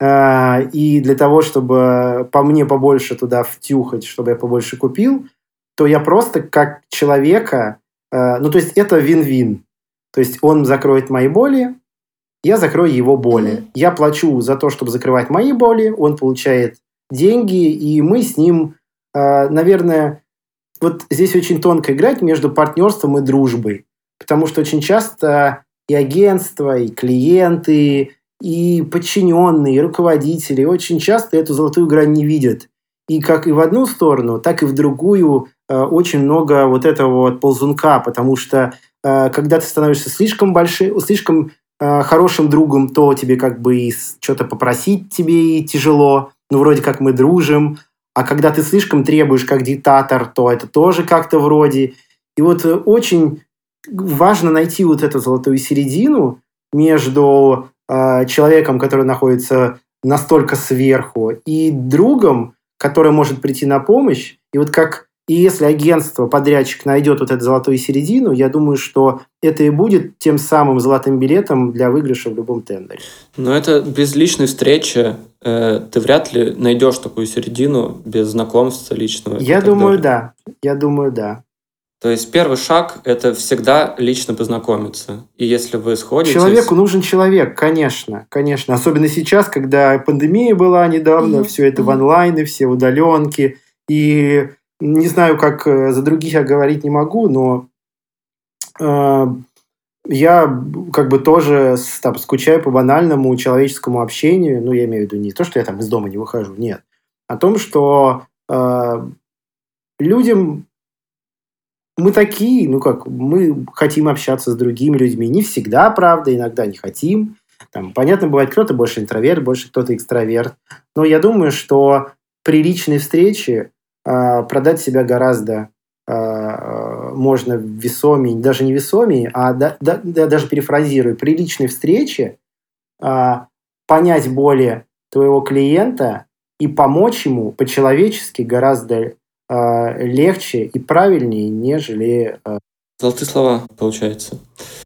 и для того, чтобы по мне побольше туда втюхать, чтобы я побольше купил, то я просто как человека... то есть это вин-вин. То есть он закроет мои боли, я закрою его боли. Я плачу за то, чтобы закрывать мои боли, он получает деньги, и мы с ним, наверное... Вот здесь очень тонко играть между партнерством и дружбой. Потому что очень часто и агентства, и клиенты, и подчиненные, и руководители очень часто эту золотую грань не видят. И как и в одну сторону, так и в другую очень много вот этого вот ползунка, потому что когда ты становишься слишком хорошим другом, то тебе как бы и что-то попросить тебе и тяжело, вроде как мы дружим, а когда ты слишком требуешь как диктатор, то это тоже как-то вроде. И вот очень важно найти вот эту золотую середину между человеком, который находится настолько сверху, и другом, который может прийти на помощь. И если агентство, подрядчик найдет вот эту золотую середину, я думаю, что это и будет тем самым золотым билетом для выигрыша в любом тендере. Но это без личной встречи. Ты вряд ли найдешь такую середину без знакомства личного. Я думаю, да. То есть первый шаг – это всегда лично познакомиться. И если вы сходитесь... Человеку нужен человек, конечно. Особенно сейчас, когда пандемия была недавно, все это в онлайне, все удаленки. И не знаю, как за других я говорить не могу, но я как бы тоже скучаю по банальному человеческому общению. Я имею в виду не то, что я там из дома не выхожу, нет. О том, что людям... Мы такие, мы хотим общаться с другими людьми. Не всегда, правда, иногда не хотим. Понятно, бывает, кто-то больше интроверт, больше кто-то экстраверт. Но я думаю, что при личной встрече продать себя гораздо можно весомее, даже не весомее, а даже перефразирую, при личной встрече понять боли твоего клиента и помочь ему по-человечески гораздо легче и правильнее, нежели... Золотые слова, получается.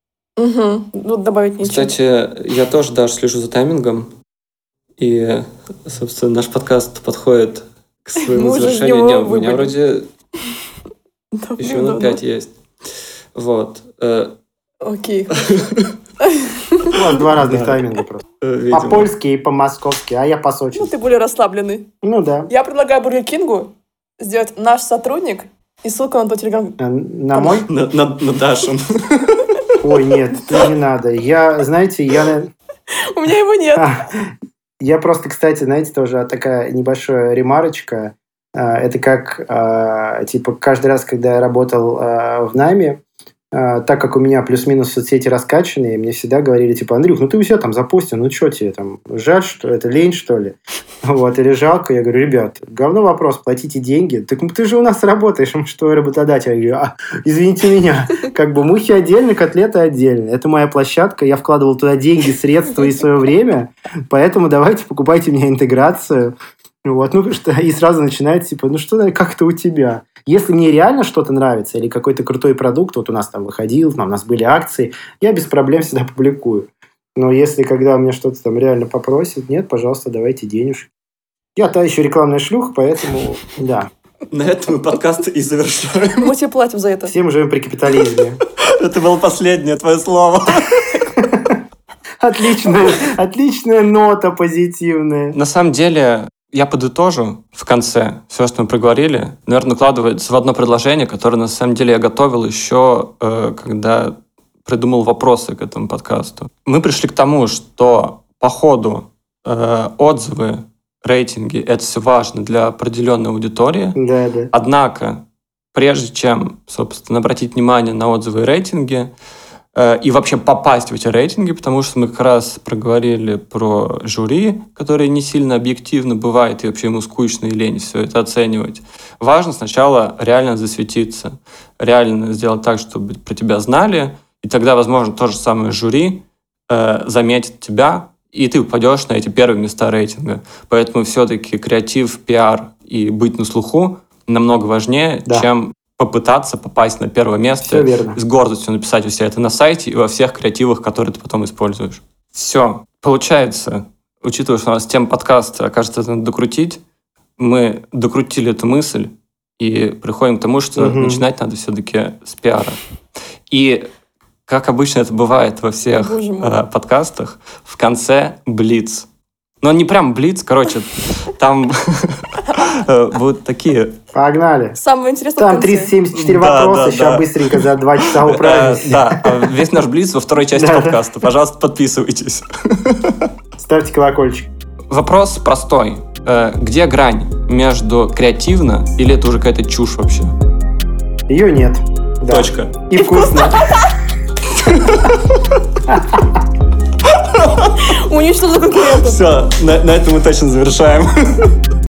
Добавить нечего. Кстати, я тоже даже слежу за таймингом. И, собственно, наш подкаст подходит к своему завершению. У меня вроде еще минут 5 есть. Вот. Окей. У вас 2 разных тайминга просто. По-польски и по-московски, а я по-сочински. Ты более расслабленный. Да. Я предлагаю Бургер Кингу сделать наш сотрудник и ссылку на твой телеграм. На мой? На Дашин. Ой, нет, не надо. У меня его нет. Я просто, кстати, знаете, тоже такая небольшая ремарочка. Это как, каждый раз, когда я работал в найме, так как у меня плюс-минус соцсети раскачанные, мне всегда говорили, Андрюх, ты у себя там запустил, что тебе там, жаль, что это лень, что ли? Или жалко. Я говорю, ребят, говно вопрос, платите деньги. Так ты же у нас работаешь, мы что, работодатель? Я говорю, извините меня, мухи отдельно, котлеты отдельно. Это моя площадка, я вкладывал туда деньги, средства и свое время, поэтому давайте покупайте мне интеграцию. И сразу начинается, как это у тебя? Если мне реально что-то нравится, или какой-то крутой продукт, у нас там выходил, у нас были акции, я без проблем всегда публикую. Но если когда у меня что-то там реально попросят, нет, пожалуйста, давайте денежки. Я та еще рекламная шлюха, поэтому да. На этом мы подкаст и завершаем. Мы тебе платим за это. Все мы живем при капитализме. Это было последнее твое слово. Отличная нота позитивная. На самом деле, Я подытожу в конце все, что мы проговорили. Наверное, укладывается в одно предложение, которое на самом деле я готовил еще, когда придумал вопросы к этому подкасту. Мы пришли к тому, что по ходу отзывы, рейтинги — это все важно для определенной аудитории. Да. Однако, прежде чем, собственно, обратить внимание на отзывы и рейтинги, и вообще попасть в эти рейтинги, потому что мы как раз проговорили про жюри, которое не сильно объективно бывает, и вообще ему скучно и лень все это оценивать. Важно сначала реально засветиться, реально сделать так, чтобы про тебя знали, и тогда, возможно, то же самое жюри заметит тебя, и ты попадешь на эти первые места рейтинга. Поэтому все-таки креатив, пиар и быть на слуху намного важнее, чем попытаться попасть на первое место, с гордостью написать у себя это на сайте и во всех креативах, которые ты потом используешь. Все. Получается, учитывая, что у нас тема подкаста, кажется, это надо докрутить, мы докрутили эту мысль и приходим к тому, что начинать надо все-таки с пиара. И, как обычно это бывает во всех подкастах, в конце блиц. Но не прям блиц, короче, там будут такие... Погнали. Самое интересное там 374 вопроса, сейчас быстренько за 2 часа управимся. Да, весь наш блиц во второй части подкаста. Пожалуйста, подписывайтесь. Ставьте колокольчик. Вопрос простой. Где грань между креативно или это уже какая-то чушь вообще? Ее нет. Точка. И вкусно. Уничтожил конкурентов. Все, на этом мы точно завершаем.